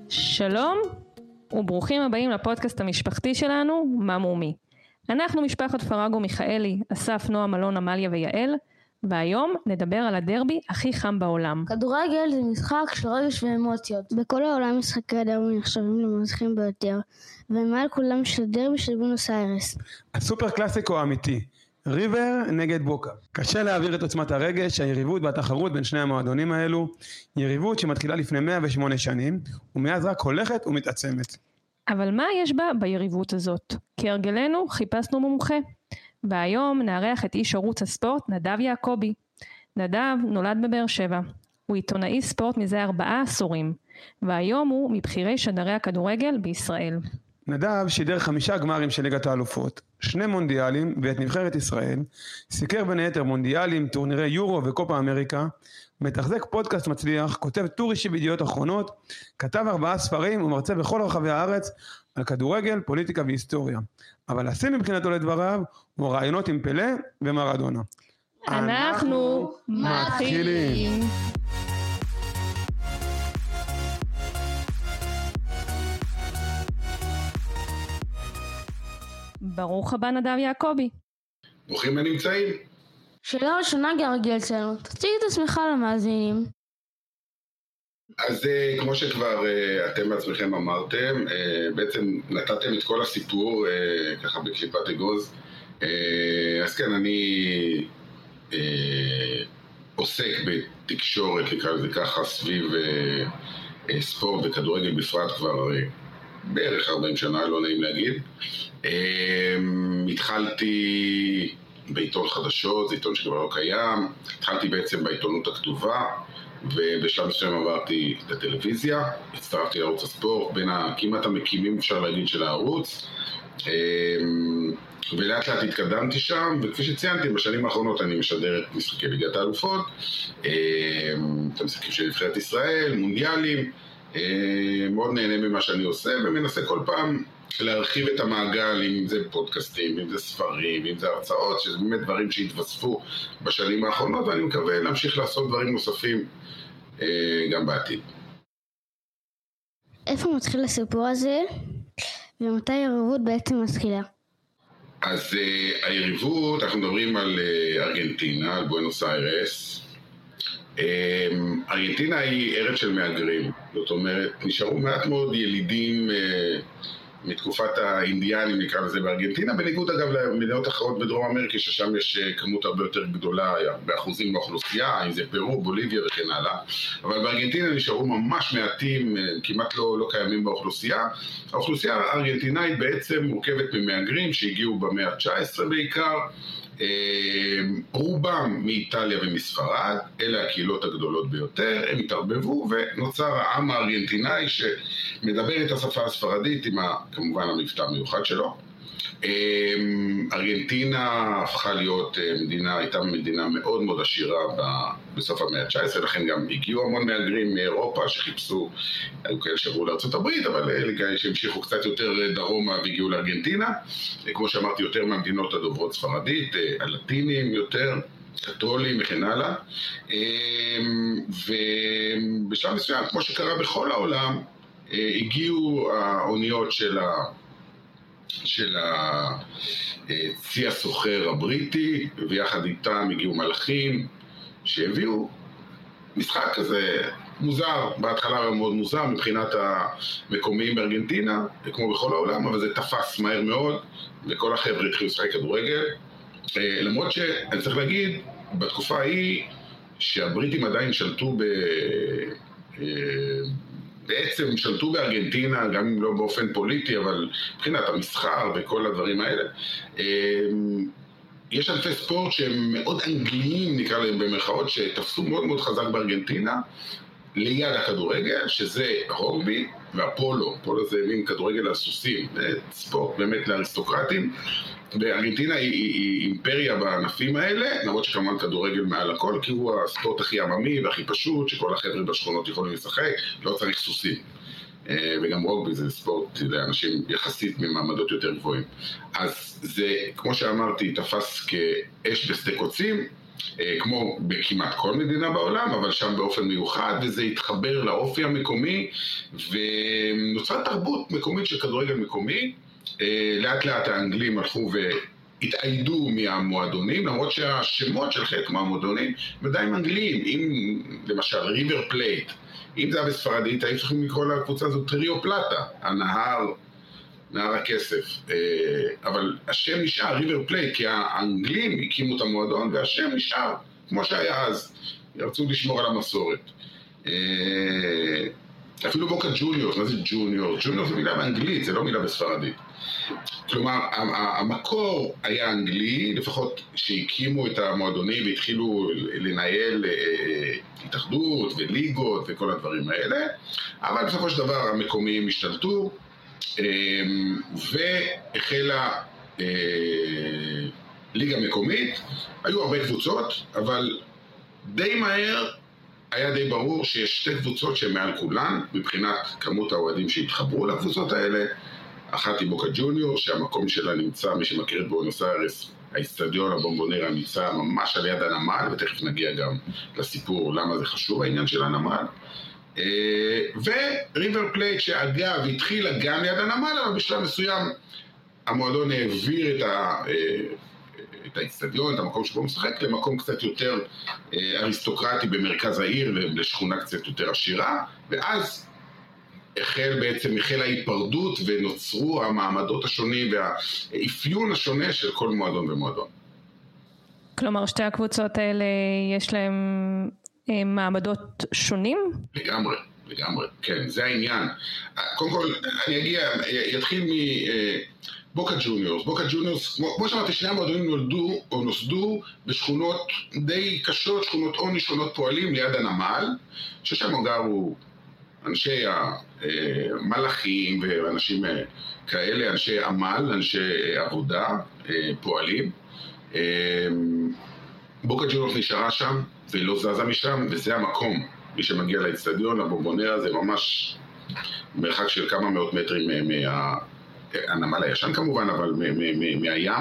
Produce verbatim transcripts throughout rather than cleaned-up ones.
שלום וברוכים הבאים לפודקאסט המשפחתי שלנו, מה מומי. אנחנו משפחת פרגו מיכאלי, אסף, נועם, אלון, עמליה ויעל, והיום נדבר על הדרבי הכי חם בעולם. כדורגל זה משחק של רגש ואמוציות. בכל העולם משחקי הדרבי נחשבים למוצלחים ביותר, ומעל כולם של הדרבי של בונוס איירס. הסופר קלאסיקו האמיתי, ריבר נגד בוקה. קשה להעביר את עוצמת הרגש, היריבות והתחרות בין שני המועדונים האלו, יריבות שמתחילה לפני מאה ושמונה שנים, ומאז רק הולכת ומתעצמת. אבל מה יש בה ביריבות הזאת? כהרגלנו חיפשנו מומחה, והיום נארח את איש ערוץ הספורט נדב יעקבי. נדב נולד בבאר שבע, הוא עיתונאי ספורט מזה ארבעה עשורים, והיום הוא מבחירי שדרי הכדורגל בישראל. נדב שידר חמישה גמרים של ליגת האלופות, שני מונדיאלים ואת נבחרת ישראל, סיקר בין היתר מונדיאלים, טורנירי יורו וקופה אמריקה, מתחזק פודקאסט מצליח, כותב טור אישי בידיעות אחרונות, כתב ארבעה ספרים ומרצה בכל רחבי הארץ על כדורגל, פוליטיקה והיסטוריה. אבל השיא מבחינתו לדבריו הוא רעיונות עם פלא ומרדונה. אנחנו מתחילים. ברוך הבא נדב יעקבי. ברוכים הנמצאים. שאלה ראשונה גרגל אצלנו, תציג את עצמך למאזינים. אז כמו שכבר אתם בעצמכם אמרתם, בעצם נתתם את כל הסיפור ככה בקליפת אגוז. אז כן, אני עוסק בתקשורת, נקרא לזה ככה, סביב ספורט וכדורגל בפרט כבר בערך ארבעים שנה, לא נעים להגיד. התחלתי בעיתון חדשות, זה עיתון שכבר לא קיים, התחלתי בעצם בעיתונות הכתובה, ובשלב מסוים עברתי לטלוויזיה, הצטרפתי לערוץ הספורט, בין כמעט המקימים אפשר להגיד של הערוץ, ולאט לאט התקדמתי שם, וכפי שציינתי, בשנים האחרונות אני משדר את משחקי ליגת האלופות, את המשחקים של נבחרת ישראל, מונדיאלים, מאוד נהנה ממה שאני עושה, ומנסה כל פעם להרחיב את המעגל, אם זה פודקאסטים, אם זה ספרים, אם זה הרצאות, שזה באמת דברים שהתווספו בשנים האחרונות, ואני מקווה להמשיך לעשות דברים נוספים גם בעתיד. איפה מתחיל הסיפור הזה, ומתי היריבות בעצם מתחילה? אז היריבות, אנחנו מדברים על ארגנטינה, על בואנוס איירס. ארגנטינה היא ארץ של מהגרים, זאת אומרת, נשארו מעט מאוד ילידים מתקופת האינדיאנים, נקרא לזה, בארגנטינה, בניגוד אגב למדינות אחרות בדרום אמריקה, ששם יש כמות הרבה יותר גדולה באחוזים באוכלוסייה, אם זה פרו, בוליביה וכן הלאה, אבל בארגנטינה נשארו ממש מעטים, כמעט לא, לא קיימים באוכלוסייה. האוכלוסייה הארגנטינאית בעצם מורכבת ממהגרים שהגיעו במאה ה-תשע עשרה בעיקר, רובם מאיטליה ומספרד, אלה הקהילות הגדולות ביותר, הם התערבבו ונוצר העם הארגנטינאי שמדבר את השפה הספרדית עם כמובן המבטא המיוחד שלו. ארגנטינה הפכה להיות מדינה, הייתה מדינה מאוד מאוד עשירה בסוף המאה ה-תשע עשרה, לכן גם הגיעו המון מהגרים מאירופה שחיפשו, היו כאלה שעברו לארצות הברית, אבל אלה כאלה שהמשיכו קצת יותר דרומה והגיעו לארגנטינה, כמו שאמרתי, יותר מהמדינות הדוברות ספרדית, הלטינים יותר, קתולים וכן הלאה, ובשלב מסוים, כמו שקרה בכל העולם, הגיעו האוניות של ה... של הצי הסוחר הבריטי, ויחד איתם הגיעו מלאכים שהביאו משחק כזה מוזר, בהתחלה היה מאוד מוזר מבחינת המקומיים בארגנטינה, כמו בכל העולם, אבל זה תפס מהר מאוד, וכל החבר'ה התחילו לשחק כדורגל, למרות שאני צריך להגיד, בתקופה ההיא שהבריטים עדיין שלטו ב... בעצם שלטו בארגנטינה, גם אם לא באופן פוליטי, אבל מבחינת המסחר וכל הדברים האלה. יש ענפי ספורט שהם מאוד אנגליים, נקרא להם במרכאות, שתפסו מאוד מאוד חזק בארגנטינה, ליד הכדורגל, שזה הרוגבי והפולו. פולו זה מין כדורגל על סוסים, ספורט באמת לאריסטוקרטים. בארגנטינה היא, היא, היא אימפריה בענפים האלה, למרות שכמובן כדורגל מעל הכל, כי הוא הספורט הכי עממי והכי פשוט, שכל החבר'ה בשכונות יכולים לשחק, לא צריך סוסים. וגם רוגבי זה ספורט לאנשים יחסית ממעמדות יותר גבוהים. אז זה, כמו שאמרתי, תפס כאש בשדה קוצים, כמו בכמעט כל מדינה בעולם, אבל שם באופן מיוחד, וזה התחבר לאופי המקומי, ונוצרה תרבות מקומית של כדורגל מקומי. לאט לאט האנגלים הלכו והתאיידו מהמועדונים, למרות שהשמות של חלק מהמועדונים עדיין אנגליים, אם למשל ריבר פלייט, אם זה היה בספרדית, היו צריכים לקרוא לקבוצה הזאת טריו פלטה, הנהר, נהר הכסף, אבל השם נשאר ריבר פלייט, כי האנגלים הקימו את המועדון, והשם נשאר כמו שהיה אז, ירצו לשמור על המסורת. אפילו בוקה ג'וניורס, מה זה ג'וניורס? ג'וניורס זה מילה באנגלית, זה לא מילה בספרדית. כלומר, המקור היה אנגלי, לפחות שהקימו את המועדונים והתחילו לנהל התאחדות וליגות וכל הדברים האלה, אבל בסופו של דבר המקומיים השתלטו, והחלה ליגה מקומית. היו הרבה קבוצות, אבל די מהר היה די ברור שיש שתי קבוצות שהן מעל כולן, מבחינת כמות האוהדים שהתחברו לקבוצות האלה. אחת היא בוקה ג'וניור, שהמקום שלה נמצא, מי שמכיר את בואנוס איירס, האצטדיון הבומבונרה נמצא ממש על יד הנמל, ותכף נגיע גם לסיפור למה זה חשוב העניין של הנמל. וריבר פלייט שאגב התחילה גם ליד הנמל, אבל בשלב מסוים המועדון העביר את ה... את האצטדיון, את המקום שבו משחק, למקום קצת יותר אריסטוקרטי במרכז העיר, לשכונה קצת יותר עשירה, ואז החל בעצם, החל ההיפרדות ונוצרו המעמדות השונים והאפיון השונה של כל מועדון ומועדון. כלומר, שתי הקבוצות האלה יש להם מעמדות שונים? לגמרי, לגמרי, כן, זה העניין. קודם כל, אני אגיע, יתחיל מ... בוקה ג'וניורס, בוקה ג'וניורס, כמו שאמרתי, שני המועדונים נולדו או נוסדו בשכונות די קשות, שכונות עוני, שכונות פועלים ליד הנמל, ששם גרו אנשי המלאכים ואנשים כאלה, אנשי עמל, אנשי עבודה, פועלים. בוקה ג'וניורס נשארה שם ולא זזה משם, וזה המקום. מי שמגיע לאצטדיון, הבומבונרה, זה ממש מרחק של כמה מאות מטרים מה... הנמל הישן כמובן, אבל מהים.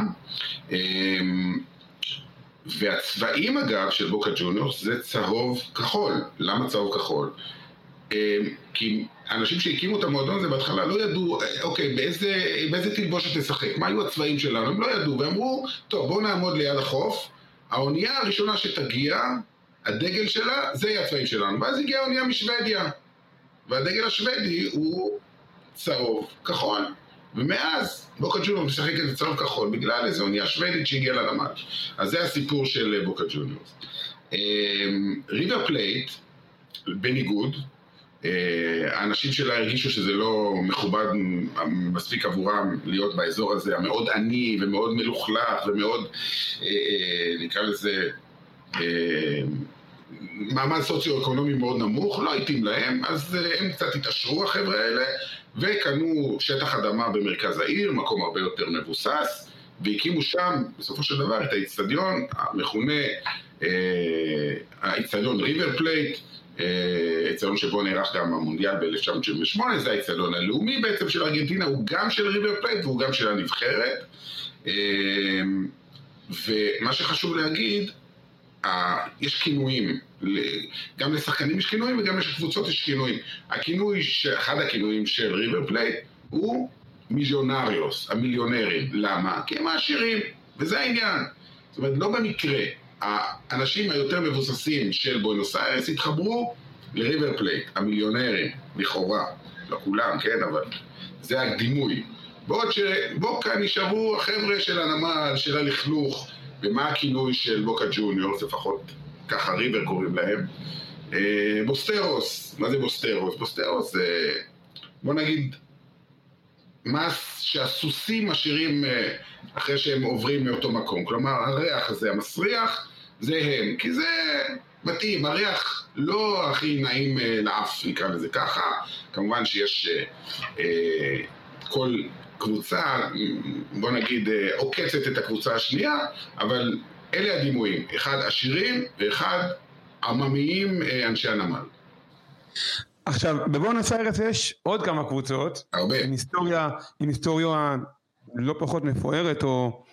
והצבעים אגב של בוקה ג'וניורס זה צהוב כחול. למה צהוב כחול? כי אנשים שהקימו את המועדון הזה בהתחלה לא ידעו, אוקיי, באיזה, באיזה תלבושת נשחק, מה היו הצבעים שלנו? הם לא ידעו, ואמרו, טוב, בואו נעמוד ליד החוף, האונייה הראשונה שתגיע, הדגל שלה, זה יהיה הצבעים שלנו. ואז הגיעה האונייה משוודיה, והדגל השוודי הוא צהוב כחול. ומאז בוקה ג'וניורס משחקת את צהוב כחול בגלל איזו אונייה שוודית שהגיעה לנמל. אז זה הסיפור של בוקה ג'וניורס. ריבר פלייט, בניגוד, האנשים שלה הרגישו שזה לא מכובד מספיק עבורם להיות באזור הזה המאוד עני ומאוד מלוכלך ומאוד, נקרא לזה, מעמד סוציו-אקונומי מאוד נמוך, לא התאים להם, אז הם קצת התעשרו החבר'ה האלה, וקנו שטח אדמה במרכז העיר, מקום הרבה יותר מבוסס, והקימו שם בסופו של דבר את האצטדיון המכונה האצטדיון ריבר פלייט, האצטדיון שבו נערך גם המונדיאל ב-אלף תשע מאות שבעים ושמונה, זה האצטדיון הלאומי בעצם של ארגנטינה, הוא גם של ריבר פלייט והוא גם של הנבחרת. ומה שחשוב להגיד, יש כינויים, גם לשחקנים יש כינויים וגם יש קבוצות יש כינויים. הכינוי, אחד הכינויים של ריבר פלייט הוא מיליונריוס, המיליונרים. למה? כי הם העשירים, וזה העניין. זאת אומרת, לא במקרה, האנשים היותר מבוססים של בואנוס איירס התחברו לריבר פלייט, המיליונרים, לכאורה, לא כולם, כן, אבל זה הדימוי. בעוד שבוקה נשארו החבר'ה של הנמל, של הלכלוך, ומה הכינוי של בוקה ג'וניורס, לפחות ככה ריבר קוראים להם, בוסטרוס. מה זה בוסטרוס? בוסטרוס זה, בוא נגיד, מס שהסוסים משאירים אחרי שהם עוברים מאותו מקום. כלומר, הריח הזה, המסריח, זה הם. כי זה מתאים, הריח לא הכי נעים לאף, נקרא לזה ככה. כמובן שיש אה, כל קבוצה, בוא נגיד, עוקצת את הקבוצה השנייה, אבל אלה הדימויים. אחד עשירים ואחד עממיים אנשי הנמל. עכשיו, בבואנוס איירס יש עוד כמה קבוצות, הרבה. עם היסטוריה, עם היסטוריה לא פחות מפוארת, או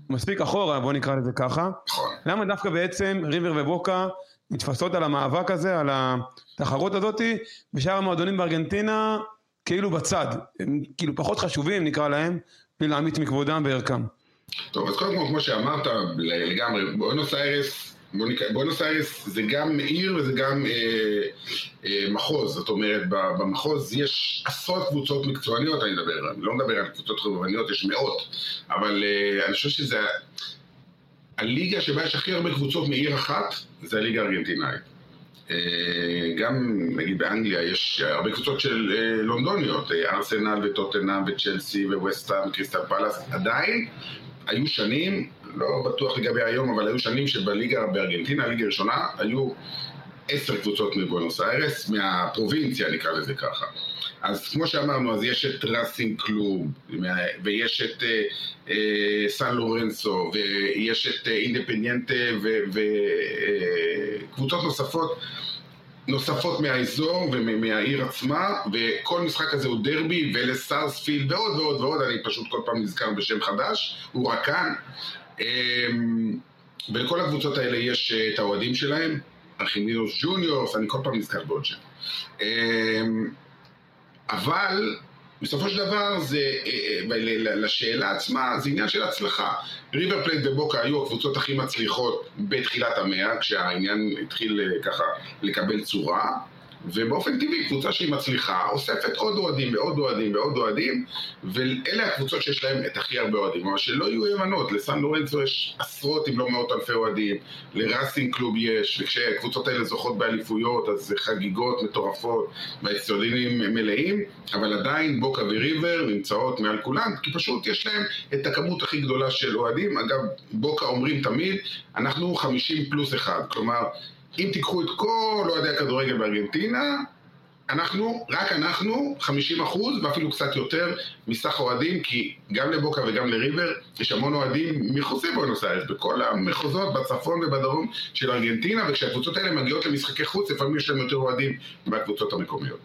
מספיק אחורה, בוא נקרא לזה ככה. למה דווקא בעצם ריבר ובוקה נתפסות על המאבק הזה, על התחרות הזאת, בשאר המועדונים בארגנטינה כאילו בצד, הם כאילו פחות חשובים נקרא להם, בלי להעמיד מכבודם וערכם. טוב, אז קודם כל כמו שאמרת לגמרי, בואנוס איירס, בואנוס איירס זה גם עיר וזה גם אה, אה, מחוז, זאת אומרת במחוז יש עשרות קבוצות מקצועניות, אני מדבר, אני לא מדבר על קבוצות חובבניות, יש מאות, אבל אה, אני חושב שזה הליגה שבה יש הכי הרבה קבוצות מעיר אחת, זה הליגה הארגנטינאית. אה, גם נגיד באנגליה יש הרבה קבוצות של אה, לונדוניות, אה, ארסנל וטוטנהאם וצ'לסי וווסטהאם וקריסטל פלאס, עדיין היו שנים, לא בטוח לגבי היום, אבל היו שנים שבליגה בארגנטינה, הליגה הראשונה, היו עשר קבוצות מבואנוס איירס, מהפרובינציה נקרא לזה ככה. אז כמו שאמרנו, אז יש את ראסינג קלוב, ויש את אה, אה, סן לורנסו, ויש את אה, אינדפנדיאנטה, וקבוצות אה, נוספות, נוספות מהאזור ומהעיר עצמה, וכל משחק הזה הוא דרבי, ולסארספילד ועוד ועוד ועוד, אני פשוט כל פעם נזכר בשם חדש, הוא רקן. ולכל הקבוצות האלה יש את האוהדים שלהם, ארכימינוס ג'וניורס, אני כל פעם נזכר בעוד שם. אבל בסופו של דבר זה, לשאלה עצמה, זה עניין של הצלחה. ריבר פלייט ובוקה היו הקבוצות הכי מצליחות בתחילת המאה, כשהעניין התחיל ככה לקבל צורה, ובאופן טבעי קבוצה שהיא מצליחה, אוספת עוד אוהדים ועוד אוהדים ועוד אוהדים, ואלה הקבוצות שיש להם את הכי הרבה אוהדים, אבל שלא יהיו ימנות, לסן לורנצו יש עשרות אם לא מאות אלפי אוהדים, לראסינג קלוב יש, וכשהקבוצות האלה זוכות באליפויות, אז זה חגיגות מטורפות, והאצטדיונים מלאים, אבל עדיין בוקה וריבר נמצאות מעל כולן, כי פשוט יש להם את הכמות הכי גדולה של אוהדים. אגב, בוקה אומרים תמיד, אנחנו חמישים פלוס אחד, כלומר, אם תיקחו את כל אוהדי הכדורגל בארגנטינה, אנחנו, רק אנחנו, חמישים אחוז ואפילו קצת יותר מסך אוהדים, כי גם לבוקה וגם לריבר יש המון אוהדים מחוץ לבואנוס איירס, בכל המחוזות בצפון ובדרום של ארגנטינה, וכשהקבוצות האלה מגיעות למשחקי חוץ, לפעמים יש להם יותר אוהדים מהקבוצות המקומיות.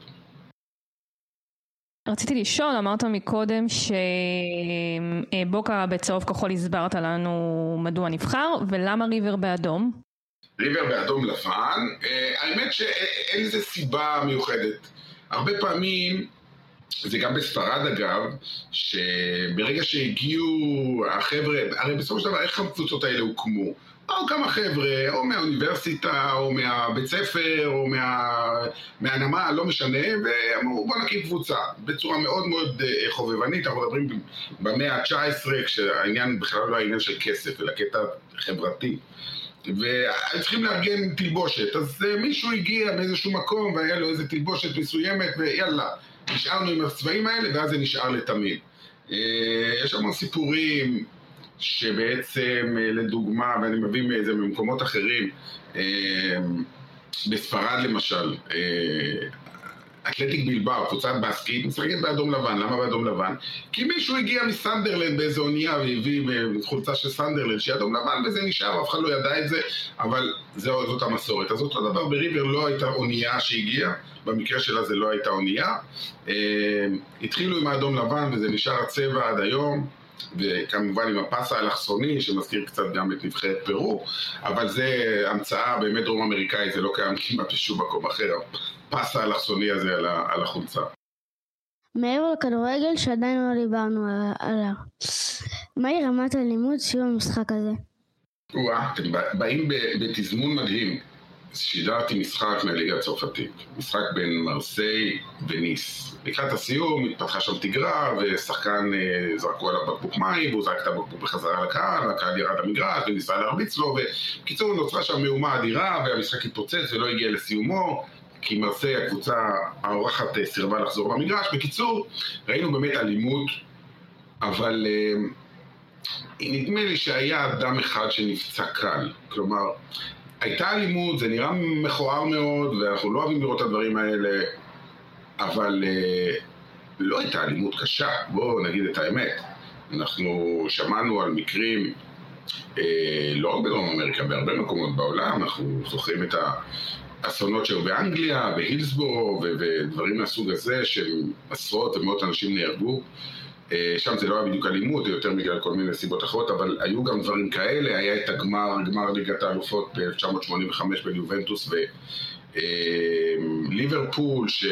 רציתי לשאול, אמרת מקודם שבוקה בצהוב כחול הסברת לנו מדוע נבחר, ולמה ריבר באדום? ריבר באדום לבן, האמת שאין לזה סיבה מיוחדת. הרבה פעמים, זה גם בספרד אגב, שברגע שהגיעו החבר'ה, הרי בסופו של דבר איך הקבוצות האלה הוקמו? או כמה חבר'ה, או מהאוניברסיטה, או מהבית ספר, או מה, מהנמל, לא משנה, ואמרו בוא נקים קבוצה, בצורה מאוד מאוד חובבנית. אנחנו מדברים במאה ה-תשע עשרה, כשהעניין בכלל לא העניין של כסף, אלא קטע חברתי. והיו צריכים לארגן תלבושת, אז מישהו הגיע באיזשהו מקום והיה לו איזו תלבושת מסוימת, ויאללה, נשארנו עם הצבעים האלה ואז זה נשאר לתמיד. יש המון סיפורים שבעצם לדוגמה, ואני מביא מאיזה ממקומות אחרים, בספרד למשל, אתלטיק בילבאו, קבוצת בסקית, משחקת באדום לבן. למה באדום לבן? כי מישהו הגיע מסנדרלנד באיזו אונייה והביא חולצה של סנדרלנד שהיא אדום לבן, וזה נשאר, אף אחד לא ידע את זה, אבל זו, זאת המסורת. אז אותו דבר בריבר, לא הייתה אונייה שהגיעה, במקרה שלה זה לא הייתה אונייה. התחילו עם האדום לבן וזה נשאר הצבע עד היום, וכמובן עם הפס האלכסוני שמזכיר קצת גם את נבחרת פרו, אבל זה המצאה באמת דרום אמריקאית, זה לא קיים כמעט בשום מקום אחר, הפס האלכסוני הזה על, על החולצה. מעבר לכדורגל שעדיין לא דיברנו עליו, מהי רמת הלימוד סביב המשחק הזה? וואה, אתם באים בתזמון מדהים. שידרתי משחק מהליגה הצרפתית, משחק בין מרסיי וניס. לקראת הסיום התפתחה שם תגרה, ושחקן זרקו עליו בקבוק מים, והוא זרק את הבקבוק בחזרה לקהל, והקהל ירד למגרש וניסה להרביץ לו, ובקיצור נוצרה שם מהומה אדירה, והמשחק התפוצץ ולא הגיע לסיומו, כי מרסיי, הקבוצה האורחת, סירבה לחזור למגרש. בקיצור, ראינו באמת אלימות, אבל נדמה לי שהיה אדם אחד שנפצע קל, כלומר, הייתה אלימות, זה נראה מכוער מאוד, ואנחנו לא אוהבים לראות את הדברים האלה, אבל אה, לא הייתה אלימות קשה, בואו נגיד את האמת. אנחנו שמענו על מקרים, אה, לא רק בדרום אמריקה, בהרבה מקומות בעולם, אנחנו זוכרים את האסונות שהיו באנגליה, בהילסבורו, ודברים מהסוג הזה, של עשרות ומאות אנשים נהרגו. שם זה לא היה בדיוק אלימות, זה יותר בגלל כל מיני סיבות אחרות, אבל היו גם דברים כאלה, היה את הגמר, גמר ליגת האלופות ב-אלף תשע מאות שמונים וחמש בין יובנטוס וליברפול, ש...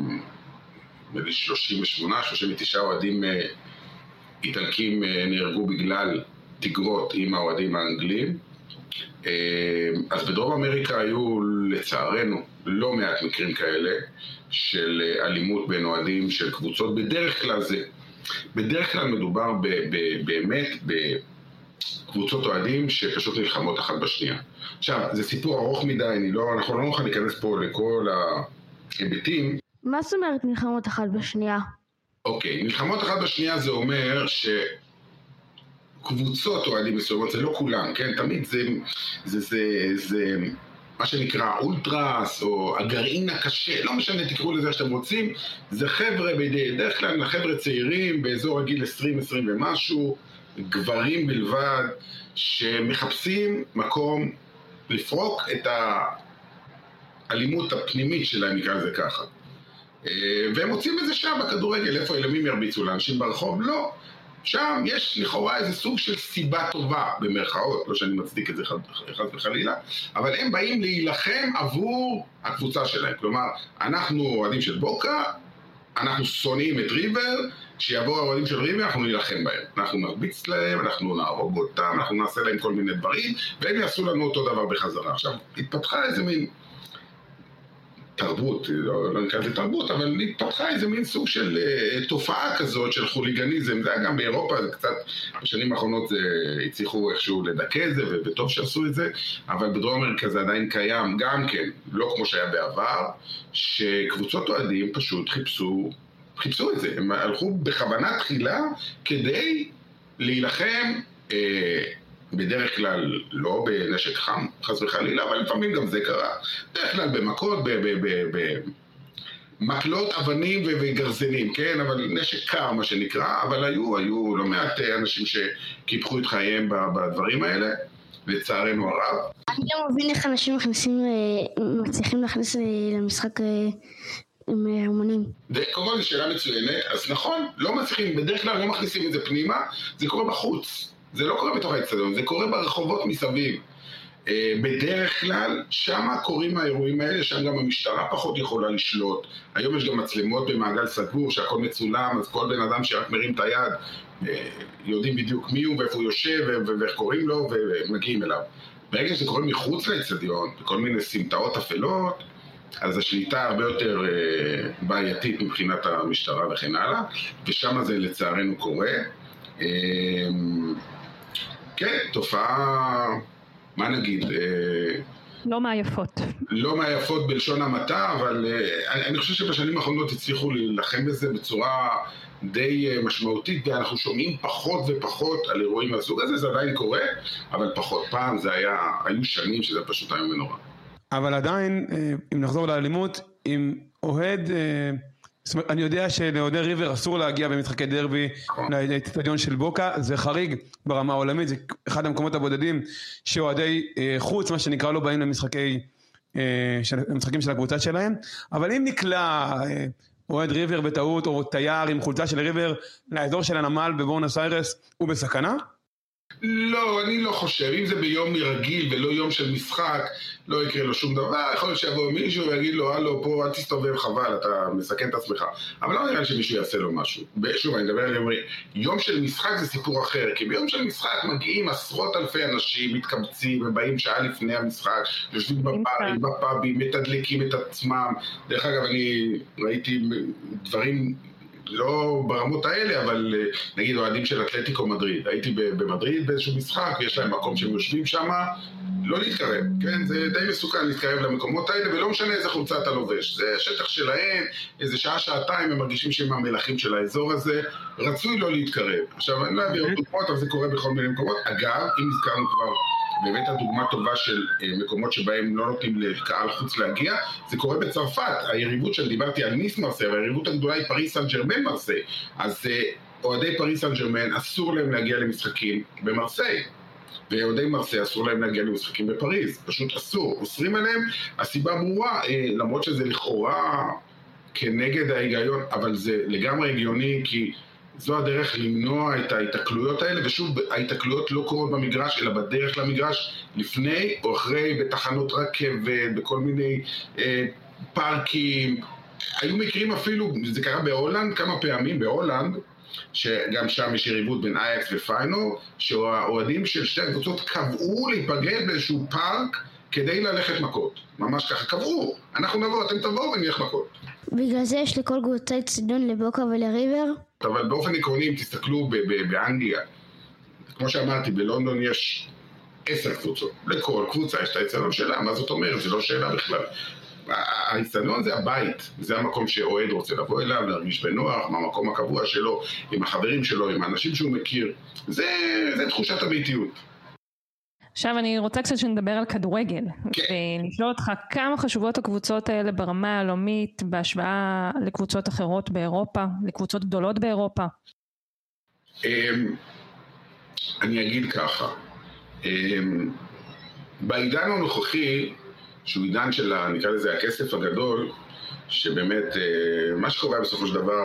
שלושים ושמונה שלושים ותשע אוהדים איטלקים נהרגו בגלל תגרות עם האוהדים האנגלים. אז בדרום אמריקה היו לצערנו לא מעט מקרים כאלה של אלימות בין אוהדים של קבוצות. בדרך כלל זה, בדרך כלל מדובר ב, ב, באמת בקבוצות אוהדים שפשוט נלחמות אחת בשנייה. עכשיו, זה סיפור ארוך מדי, אני לא, אנחנו לא נוכל להיכנס פה לכל ההיבטים. מה זאת אומרת מלחמות אחת בשנייה? אוקיי, מלחמות אחת בשנייה זה אומר שקבוצות אוהדים מסוימות, זה לא כולם, כן? תמיד זה, זה, זה, זה מה שנקרא אולטרס או הגרעין הקשה, לא משנה, תקראו לזה שאתם רוצים, זה חבר'ה, בדרך כלל חבר'ה צעירים באזור הגיל עשרים עשרים ומשהו, גברים בלבד, שמחפשים מקום לפרוק את האלימות הפנימית שלהם, נקרא לזה ככה. והם מוצאים איזה שם בכדורגל, איפה ילמים ירביצו לאנשים ברחוב? לא. שם יש לכאורה איזה סוג של סיבה טובה, במרכאות, לא שאני מצדיק את זה אחד וחלילה, אבל הם באים להילחם עבור הקבוצה שלהם. כלומר, אנחנו אוהדים של בוקה, אנחנו שונאים את ריבר, כשיבואו האוהדים של ריבר אנחנו נילחם בהם. אנחנו נרביץ להם, אנחנו נהרוג אותם, אנחנו נעשה להם כל מיני דברים, והם יעשו לנו אותו דבר בחזרה. עכשיו, התפתחה איזה מין תרבות, לא, לא נקרא לתרבות, אבל התפתחה איזה מין סוג של uh, תופעה כזאת של חוליגניזם. זה היה גם באירופה, זה קצת, בשנים האחרונות זה, הצליחו איכשהו לדכא את זה, וטוב שעשו את זה, אבל בדרום אמריקה זה עדיין קיים, גם כן, לא כמו שהיה בעבר, שקבוצות אוהדים פשוט חיפשו, חיפשו את זה. הם הלכו בכוונה תחילה כדי להילחם, uh, בדרך כלל לא בנשק חם, חס וחלילה, אבל לפעמים גם זה קרה. בדרך כלל במכות, במקלות, אבנים וגרזנים, כן? אבל נשק קר, מה שנקרא, אבל היו, היו לא מעט אנשים שקיפחו את חייהם בדברים האלה, לצערנו הרב. אני לא מבין איך אנשים מכניסים, מצליחים להכניס למשחק עם הרמונים. קודם כל זו שאלה מצוינת, אז נכון, לא מצליחים, בדרך כלל לא מכניסים את זה פנימה, זה קורה בחוץ. זה לא קורה בתוך האצטדיון, זה קורה ברחובות מסביב. בדרך כלל, שם קורים האירועים האלה, שם גם המשטרה פחות יכולה לשלוט. היום יש גם מצלמות במעגל סגור, שהכל מצולם, אז כל בן אדם שרק מרים את היד, יודעים בדיוק מי הוא ואיפה הוא יושב ואיך קוראים לו ומגיעים אליו. ברגע שזה קורה מחוץ לאצטדיון, בכל מיני סמטאות אפלות, אז השליטה הרבה יותר בעייתית מבחינת המשטרה וכן הלאה, ושם זה לצערנו קורה. כן, תופעה, מה נגיד? לא מהיפות. לא מהיפות בלשון המעטה, אבל אני חושב שבשנים האחרונות הצליחו להילחם בזה בצורה די משמעותית, ואנחנו שומעים פחות ופחות על אירועים מהסוג הזה. זה עדיין קורה, אבל פחות. פעם זה היה, היו שנים שזה פשוט היום ונורא. אבל עדיין, אם נחזור לאלימות, אם אוהד... זאת אומרת, אני יודע שלאוהדי ריבר אסור להגיע במשחקי דרבי לאצטדיון של בוקה, זה חריג ברמה העולמית, זה אחד המקומות הבודדים שאוהדי חוץ, מה שנקרא, לא באים למשחקי, למשחקים של הקבוצה שלהם, אבל אם נקלע אוהד ריבר בטעות או תייר עם חולצה של ריבר לאזור של הנמל בבואנוס איירס, הוא בסכנה? לא, אני לא חושב. אם זה ביום רגיל ולא יום של משחק, לא יקרה לו שום דבר. יכול להיות שיבוא מישהו ויגיד לו, הלו, פה אל תסתובב, חבל, אתה מסכן את עצמך. אבל לא נראה שמישהו יעשה לו משהו. שוב, אני מדבר על יום, יום של משחק זה סיפור אחר, כי ביום של משחק מגיעים עשרות אלפי אנשים, מתקבצים ובאים שעה לפני המשחק, יושבים בברים, בפאבים, מתדלקים את עצמם. דרך אגב, אני ראיתי דברים... לא ברמות האלה, אבל נגיד אוהדים של אתלטיקו מדריד. הייתי במדריד באיזשהו משחק, ויש להם מקום שהם יושבים שם, לא להתקרב, כן? זה די מסוכן להתקרב למקומות האלה, ולא משנה איזה חולצה אתה לובש. זה שטח שלהם, איזה שעה, שעתיים, הם מרגישים שהם המלכים של האזור הזה, רצוי לא להתקרב. עכשיו, אני לא אעביר דוגמאות, אבל זה קורה בכל מיני מקומות. אגב, אם נזכרנו כבר, באמת הדוגמה טובה של מקומות שבהם לא נותנים לקהל חוץ להגיע, זה קורה בצרפת. היריבות שאני דיברתי על ניס מרסיי, והיריבות הגדולה היא פריס סן ז'רמן מרסיי. אז אוהדי פריס סן ז'רמן אסור להם להגיע למשחקים במרסיי, ואוהדי מרסיי אסור להם להגיע למשחקים בפריז. פשוט אסור, אוסרים עליהם. הסיבה ברורה, למרות שזה לכאורה כנגד ההיגיון, אבל זה לגמרי הגיוני, כי זו הדרך למנוע את ההתקלויות האלה, ושוב, ההתקלויות לא קורות במגרש, אלא בדרך למגרש, לפני או אחרי, בתחנות רכבת, בכל מיני אה, פארקים. היו מקרים אפילו, זה קרה בהולנד כמה פעמים, בהולנד, שגם שם יש יריבות בין אייקס ופיינור, שהאוהדים של שתי הקבוצות קבעו להיפגש באיזשהו פארק כדי ללכת מכות. ממש ככה קבעו. אנחנו נבוא, אתם תבואו ונלך מכות. בגלל זה יש לכל קבוצה אצטדיון לבוקה ולריבר? אבל באופן עקרוני, אם תסתכלו ב- ב- באנגליה, כמו שאמרתי, בלונדון יש עשר קבוצות. לכל קבוצה יש את האצטדיון שלה. מה זאת אומרת? זה לא שאלה בכלל. האצטדיון זה הבית, זה המקום שאוהד רוצה לבוא אליו, להרגיש בנוח, מהמקום הקבוע שלו, עם החברים שלו, עם האנשים שהוא מכיר. זה, זה תחושת הביתיות. עכשיו אני רוצה קצת שנדבר על כדורגל, כן. ולשאול אותך כמה חשובות הקבוצות האלה ברמה העולמית, בהשוואה לקבוצות אחרות באירופה, לקבוצות גדולות באירופה. אני אגיד ככה, בעידן הנוכחי, שהוא עידן של, נקרא לזה, הכסף הגדול, שבאמת, מה שקורה בסופו של דבר,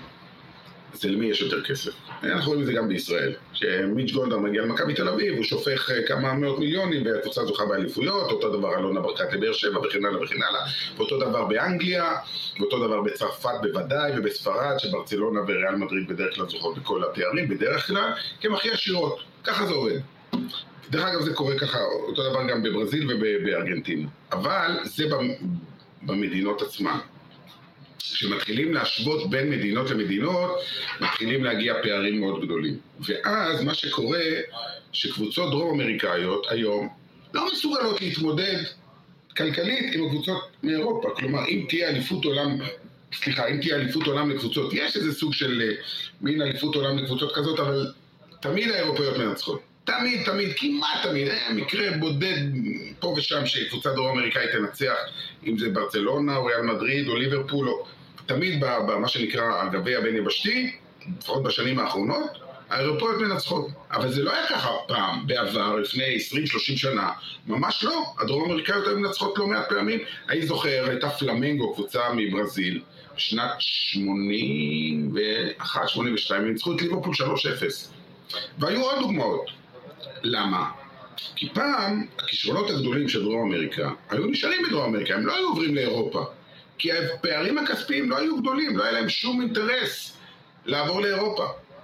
זה למי יש יותר כסף. אנחנו רואים את זה גם בישראל, שמיץ' גולדהר מגיע למכבי תל אביב, הוא שופך כמה מאות מיליונים, והקבוצה זוכה באליפויות, אותו דבר אלונה ברקת לבאר שבע וכן הלאה וכן הלאה, ואותו דבר באנגליה, ואותו דבר בצרפת בוודאי, ובספרד, שברצלונה וריאל מדריד בדרך כלל זוכות בכל התארים, בדרך כלל, כי הם הכי עשירות. ככה זה עובד. דרך אגב זה קורה ככה, אותו דבר גם בברזיל ובארגנטינה. אבל זה במדינות עצמן. כשמתחילים להשוות בין מדינות למדינות, מתחילים להגיע פערים מאוד גדולים. ואז מה שקורה, שקבוצות דרום אמריקאיות היום לא מסוגלות להתמודד כלכלית עם הקבוצות מאירופה. כלומר, אם תהיה אליפות עולם, סליחה, אם תהיה אליפות עולם לקבוצות, יש איזה סוג של מין אליפות עולם לקבוצות כזאת, אבל תמיד האירופאיות מנצחות. תמיד, תמיד, כמעט תמיד, היה מקרה בודד פה ושם שקבוצה דרום אמריקאית תנצח, אם זה ברצלונה או ריאל מדריד או ליברפול, או תמיד במה שנקרא הגביע הבין יבשתי, לפחות בשנים האחרונות, האירופאיות מנצחות. אבל זה לא היה ככה פעם, בעבר, לפני עשרים שלושים שנה, ממש לא. הדרום אמריקאיות היו מנצחות לא מעט פעמים. אני זוכר, הייתה פלמנגו, קבוצה מברזיל, שנת שמונים ואחת שמונים ושתיים, הם ניצחו את ליברפול שלוש אפס. והיו עוד דוגמאות. למה? כי פעם הכישרונות הגדולים של דרום אמריקה היו נשארים בדרום אמריקה, הם לא היו עוברים לאירופה. כי הפערים הכספיים לא היו גדולים, לא היה להם שום אינטרס לעבור לאירופה.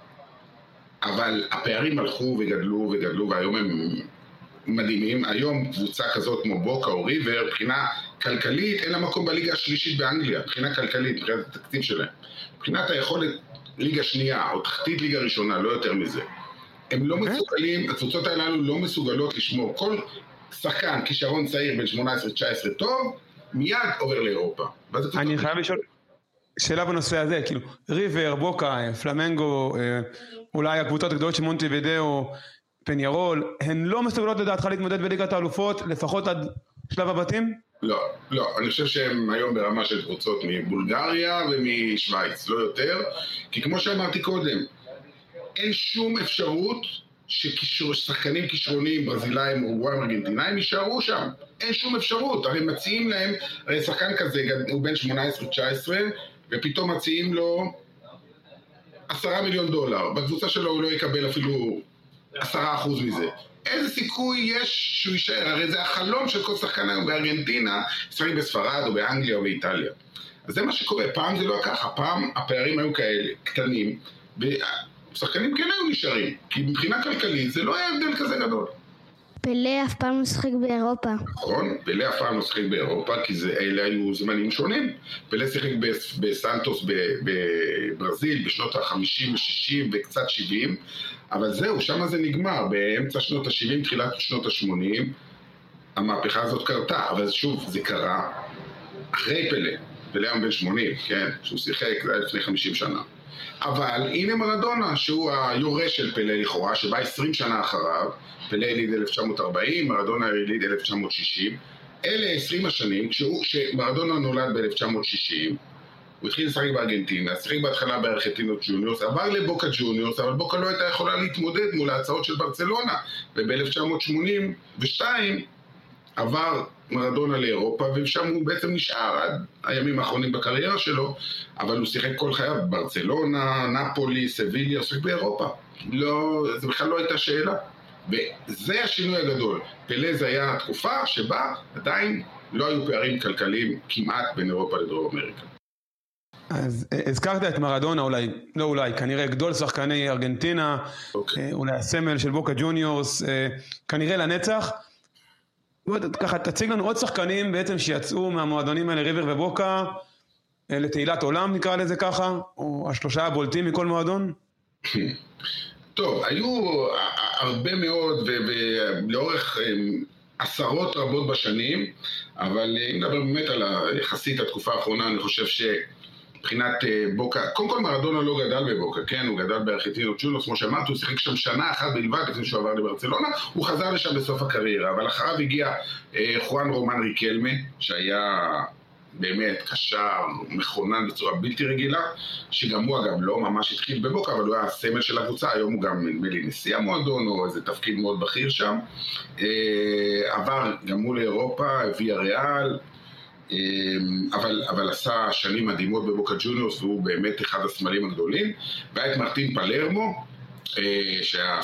אבל הפערים הלכו וגדלו וגדלו, והיום הם מדהימים. היום קבוצה כזאת כמו בוקה או ריבר, מבחינה כלכלית, אין לה מקום בליגה השלישית באנגליה, מבחינה כלכלית, מבחינת התקציב שלהם. מבחינת היכולת ליגה שנייה או תחתית ליגה ראשונה, לא יותר מזה. הם לא מסוגלים, הקבוצות הללו לא מסוגלות לשמור. כל שחקן, כישרון צעיר בין שמונה עשרה תשע עשרה טוב, מיד עובר לאירופה. אני חייב לשאול שאלה בנושא הזה, כאילו, ריבר, בוקה, פלמנגו, אולי הקבוצות הגדולות של מונטווידאו, פניירול, הן לא מסוגלות לדעתך להתמודד בליגת האלופות, לפחות עד שלב הבתים? לא, לא, אני חושב שהם היום ברמה של קבוצות מבולגריה ומשוויץ, לא יותר, כי כמו שאמרתי קודם, אין שום אפשרות ששחקנים כישרוניים, ברזילאים, אורוגוואיים, ארגנטינאים יישארו שם. אין שום אפשרות. הרי מציעים להם, הרי שחקן כזה הוא בין שמונה עשרה תשע עשרה, ופתאום מציעים לו עשרה מיליון דולר. בקבוצה שלו הוא לא יקבל אפילו עשרה אחוז מזה. איזה סיכוי יש שהוא יישאר? הרי זה החלום של כל שחקן היום בארגנטינה, שחקנים בספרד או באנגליה או באיטליה. אז זה מה שקורה. פעם זה לא ככה. פעם הפערים היו כאלה, קטנים, שחקנים כן היו נשארים, כי מבחינה כלכלית זה לא היה הבדל כזה גדול. פלה אף פעם לא שחק באירופה. נכון, פלה אף פעם לא שחק באירופה, כי זה, אלה היו זמנים שונים. פלה שיחק בסנטוס בברזיל בשנות ה-חמישים ו-שישים וקצת שבעים, אבל זהו, שם זה נגמר, באמצע שנות ה-שבעים, תחילת שנות ה-שמונים, המהפכה הזאת קרתה, אבל שוב, זה קרה אחרי פלה, פלה היה בן שמונים, כן, שהוא שיחק, זה היה לפני חמישים שנה. אבל הנה מרדונה, שהוא היורש של פלה לכאורה, שבא עשרים שנה אחריו, פלה יליד אלף תשע מאות ארבעים, מרדונה יליד אלף תשע מאות שישים, אלה עשרים השנים, כשמרדונה נולד ב-אלף תשע מאות שישים, הוא התחיל לשחק בארגנטינה, שיחק בהתחלה בארגנטינות ג'וניורס, עבר לבוקה ג'וניורס, אבל בוקה לא הייתה יכולה להתמודד מול ההצעות של ברצלונה, וב-אלף תשע מאות שמונים ושתיים עבר מרדונה לאירופה, ושם הוא בעצם נשאר עד הימים האחרונים בקריירה שלו, אבל הוא שיחק כל חייו ברצלונה, נפולי, סביליה, שיחק באירופה. לא, זה בכלל לא הייתה שאלה. וזה השינוי הגדול. פלה זה היה התקופה שבה עדיין לא היו פערים כלכליים כמעט בין אירופה לדרום אמריקה. אז הזכרת את מרדונה, אולי, לא אולי, כנראה גדול שחקני ארגנטינה, okay. אולי הסמל של בוקה ג'וניורס, כנראה לנצח. ככה תציג לנו עוד שחקנים בעצם שיצאו מהמועדונים האלה, ריבר ובוקה, לתהילת עולם נקרא לזה ככה, או השלושה הבולטים מכל מועדון? טוב, היו הרבה מאוד ולאורך עשרות רבות בשנים, אבל אם נדבר באמת על יחסית התקופה האחרונה, אני חושב שמבחינת בוקה, קודם כל מרדונה לא גדל בבוקה, כן, הוא גדל בארגנטינה ג'וניורס, כמו שאמרת, הוא שיחק שם שנה אחת בלבד לפני שהוא עבר לברצלונה, הוא חזר לשם בסוף הקריירה, אבל אחריו הגיע חואן רומן ריקלמה, שהיה באמת קשר, מכונן בצורה בלתי רגילה, שגם הוא אגב לא ממש התחיל בבוקה, אבל הוא היה הסמל של הקבוצה, היום הוא גם נדמה לי נשיא המועדון, או איזה תפקיד מאוד בכיר שם, עבר גם הוא לאירופה, ויה ריאל, אבל, אבל עשה שנים מדהימות בבוקה ג'וניורס, והוא באמת אחד הסמלים הגדולים, והיה את מרטין פלרמו, שהיה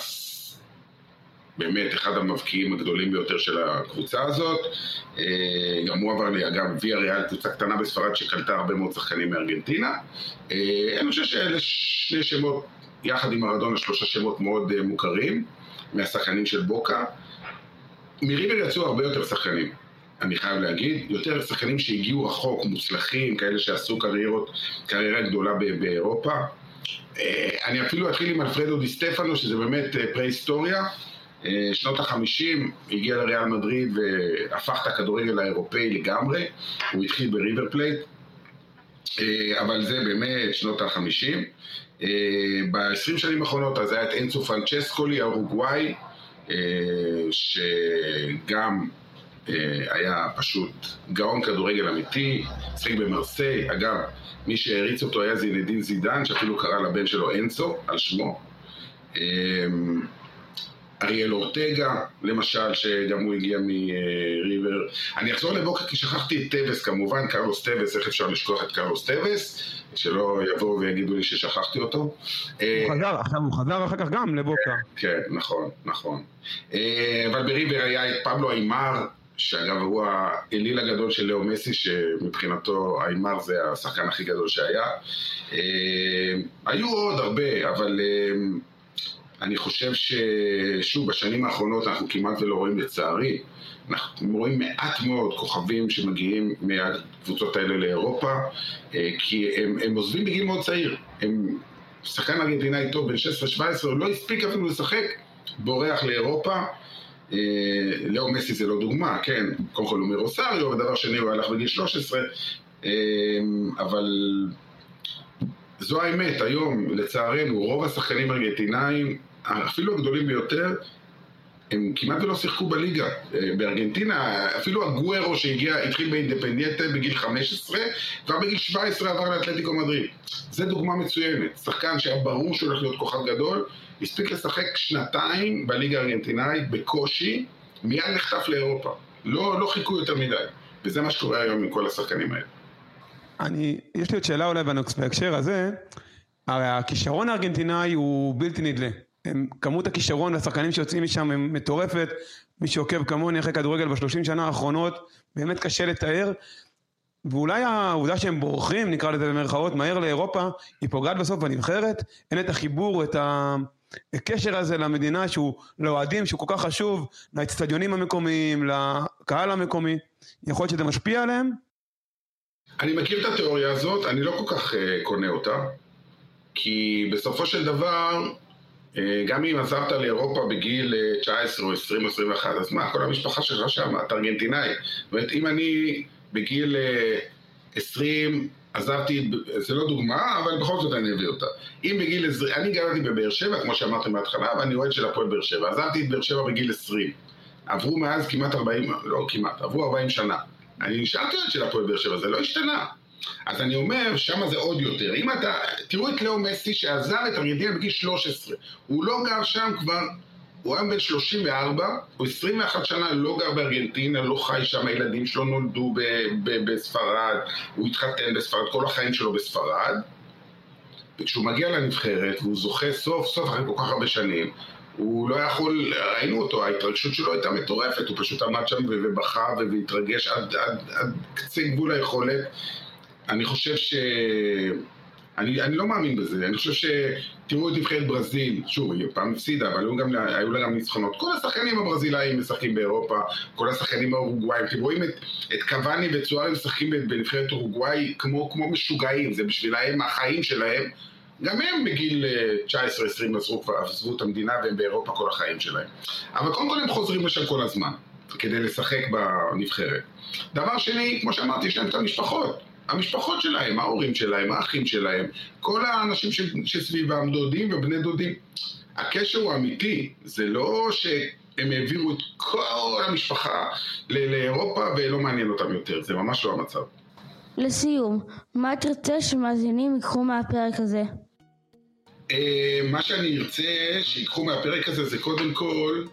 באמת אחד המבקיעים הגדולים ביותר של הקבוצה הזאת, גם הוא עבר לי, אגב, ויה ריאל, קבוצה קטנה בספרד שקלטה הרבה מאוד שחקנים מארגנטינה. אני חושב שאלה שני שמות, יחד עם מרדונה, שלושה שמות מאוד מוכרים, מהשחקנים של בוקה. מריבר יצאו הרבה יותר שחקנים, אני חייב להגיד, יותר שחקנים שהגיעו רחוק, מוצלחים, כאלה שעשו קריירות, קריירה גדולה באירופה. אני אפילו אתחיל עם אלפרדו די סטפנו, שזה באמת פרה-היסטוריה. שנות החמישים הגיע לריאל מדריד והפך את הכדורגל האירופאי לגמרי, הוא התחיל בריבר פלייט, אבל זה באמת שנות החמישים. ב-עשרים שנים האחרונות אז היה את אנסו פרנצ'סקולי, האורוגוואי, שגם היה פשוט גאון כדורגל אמיתי, שחק במרסיי, אגב, מי שהריץ אותו היה זינדין זידן, שאפילו קרא לבן שלו אנסו, על שמו. אריאל אורטגה, למשל, שגם הוא הגיע מריבר. אני אחזור לבוקה כי שכחתי את טבס, כמובן, קרלוס טבס, איך אפשר לשכוח את קרלוס טבס, שלא יבואו ויגידו לי ששכחתי אותו. הוא חזר, עכשיו הוא חזר אחר כך גם לבוקה. כן, נכון, נכון. אבל בריבר היה את פבלו איימר, שאגב הוא האליל הגדול של לאו מסי, שמבחינתו איימר זה השחקן הכי גדול שהיה. היו עוד הרבה, אבל אני חושב ששוב, בשנים האחרונות אנחנו כמעט ולא רואים לצערי, אנחנו רואים מעט מאוד כוכבים שמגיעים מהקבוצות האלה לאירופה, כי הם, הם עוזבים בגיל מאוד צעיר. הם, שחקן ארגנטינאי טוב בין שש עשרה שבע עשרה, הוא לא הספיק אפילו לשחק, בורח לאירופה. לאו מסי זה לא דוגמה, כן, קודם כל הוא מרוסריו, ודבר שני הוא הלך בגיל שלוש עשרה, אבל זו האמת, היום לצערנו רוב השחקנים ארגנטינאים, אפילו הגדולים ביותר, הם כמעט ולא שיחקו בליגה. בארגנטינה, אפילו הגוארו שהגיע, התחיל באינדפנדיאנטה בגיל חמש עשרה, כבר בגיל שבע עשרה עבר לאתלטיקו מדריד. זו דוגמה מצוינת. שחקן שהיה ברור שהוא הולך להיות כוכב גדול, הספיק לשחק שנתיים בליגה הארגנטינאית בקושי, מיד נחטף לאירופה. לא, לא חיכו יותר מדי. וזה מה שקורה היום עם כל השחקנים האלה. אני, יש לי עוד שאלה אולי בהקשר הזה, הרי הכישרון הארגנטינאי הוא בלתי נדלה. הם, כמות הכישרון והשחקנים שיוצאים משם הם מטורפת, מי שעוקב כמוני אחרי כדורגל בשלושים שנה האחרונות, באמת קשה לתאר, ואולי העובדה שהם בורחים, נקרא לזה במרכאות, מהר לאירופה, היא פוגעת בסוף בנבחרת, אין את החיבור, את הקשר הזה למדינה שהוא, לאוהדים שהוא כל כך חשוב, לאצטדיונים המקומיים, לקהל המקומי, יכול להיות שזה משפיע עליהם? אני מכיר את התיאוריה הזאת, אני לא כל כך uh, קונה אותה, כי בסופו של דבר, uh, גם אם עזרת לאירופה בגיל uh, תשע עשרה או עשרים או עשרים ואחת, אז מה, כל המשפחה שלך שם, את ארגנטינאי. זאת אומרת, אם אני בגיל uh, עשרים עזרתי, זה לא דוגמה, אבל בכל זאת אני אביא אותה. אם בגיל עשרים, אני גרתי בבאר שבע, כמו שאמרתם בהתחלה, ואני אוהד של הפועל באר שבע. עזרתי את באר שבע בגיל עשרים. עברו מאז כמעט ארבעים, לא כמעט, עברו ארבעים שנה. אני נשארתי עוד של הפועל באר שבע, זה לא השתנה. אז אני אומר, שמה זה עוד יותר. אם אתה, תראו את לאו מסי שעזב את ארגנטינה בגיל שלוש עשרה. הוא לא גר שם כבר הוא היה בן שלושים וארבע, הוא עשרים ואחת שנה לא גר בארגנטינה, לא חי שם, הילדים שלו נולדו ב- ב- בספרד, הוא התחתן בספרד, כל החיים שלו בספרד. וכשהוא מגיע לנבחרת, והוא זוכה סוף סוף אחרי כל כך הרבה שנים, הוא לא יכול, ראינו אותו, ההתרגשות שלו הייתה מטורפת, הוא פשוט עמד שם ובכה והתרגש עד, עד, עד קצה גבול היכולת. אני חושב ש... אני, אני לא מאמין בזה, אני חושב שתראו את נבחרת ברזיל, שוב, היא פעם הפסידה, אבל היו, גם, היו לה גם ניצחונות. כל השחקנים הברזילאים משחקים באירופה, כל השחקנים האורוגוואים, אתם רואים את, את קוואני וצוארי משחקים בנבחרת אורוגוואי כמו, כמו משוגעים, זה בשבילהם החיים שלהם. גם הם בגיל תשע עשרה עשרים עזבו את המדינה והם באירופה כל החיים שלהם. אבל קודם כל הם חוזרים לשם כל הזמן, כדי לשחק בנבחרת. דבר שני, כמו שאמרתי, יש להם את המשפחות. המשפחות שלהם, ההורים שלהם, האחים שלהם, כל האנשים שסביבם, דודים ובני דודים. הקשר הוא אמיתי, זה לא שהם העבירו את כל המשפחה לאירופה ולא מעניין אותם יותר, זה ממש לא המצב. לסיום, מה תרצה שמאזינים ייקחו מהפרק הזה? מה שאני ארצה שיקחו מהפרק הזה זה קודם כל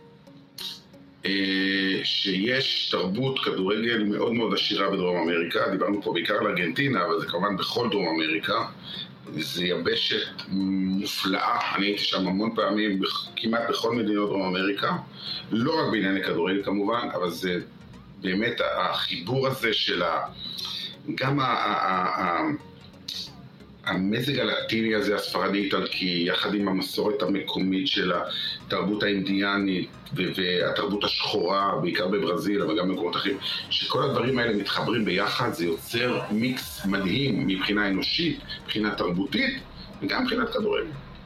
שיש תרבות כדורגל מאוד מאוד עשירה בדרום אמריקה. דיברנו פה בעיקר על ארגנטינה, אבל זה כמובן בכל דרום אמריקה. זה יבשת מופלאה, אני הייתי שם המון פעמים, כמעט בכל מדינות דרום אמריקה, לא רק בענייני כדורגל כמובן, אבל זה באמת החיבור הזה של ה... גם ה... ה... המזג הלטיני הזה, הספרדי איטלקי, יחד עם המסורת המקומית של התרבות האינדיאנית והתרבות השחורה, בעיקר בברזיל, אבל גם במקומות אחרים, שכל הדברים האלה מתחברים ביחד, זה יוצר מיקס מדהים מבחינה אנושית, מבחינה תרבותית, וגם מבחינת כדורגל.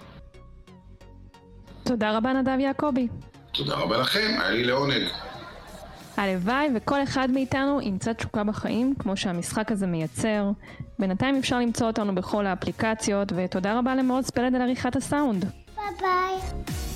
תודה רבה נדב יעקבי. תודה רבה לכם, היה לי לעונג. הלוואי וכל אחד מאיתנו ימצא תשוקה בחיים כמו שהמשחק הזה מייצר. בינתיים אפשר למצוא אותנו בכל האפליקציות, ותודה רבה למעוז פלד על עריכת הסאונד. ביי ביי.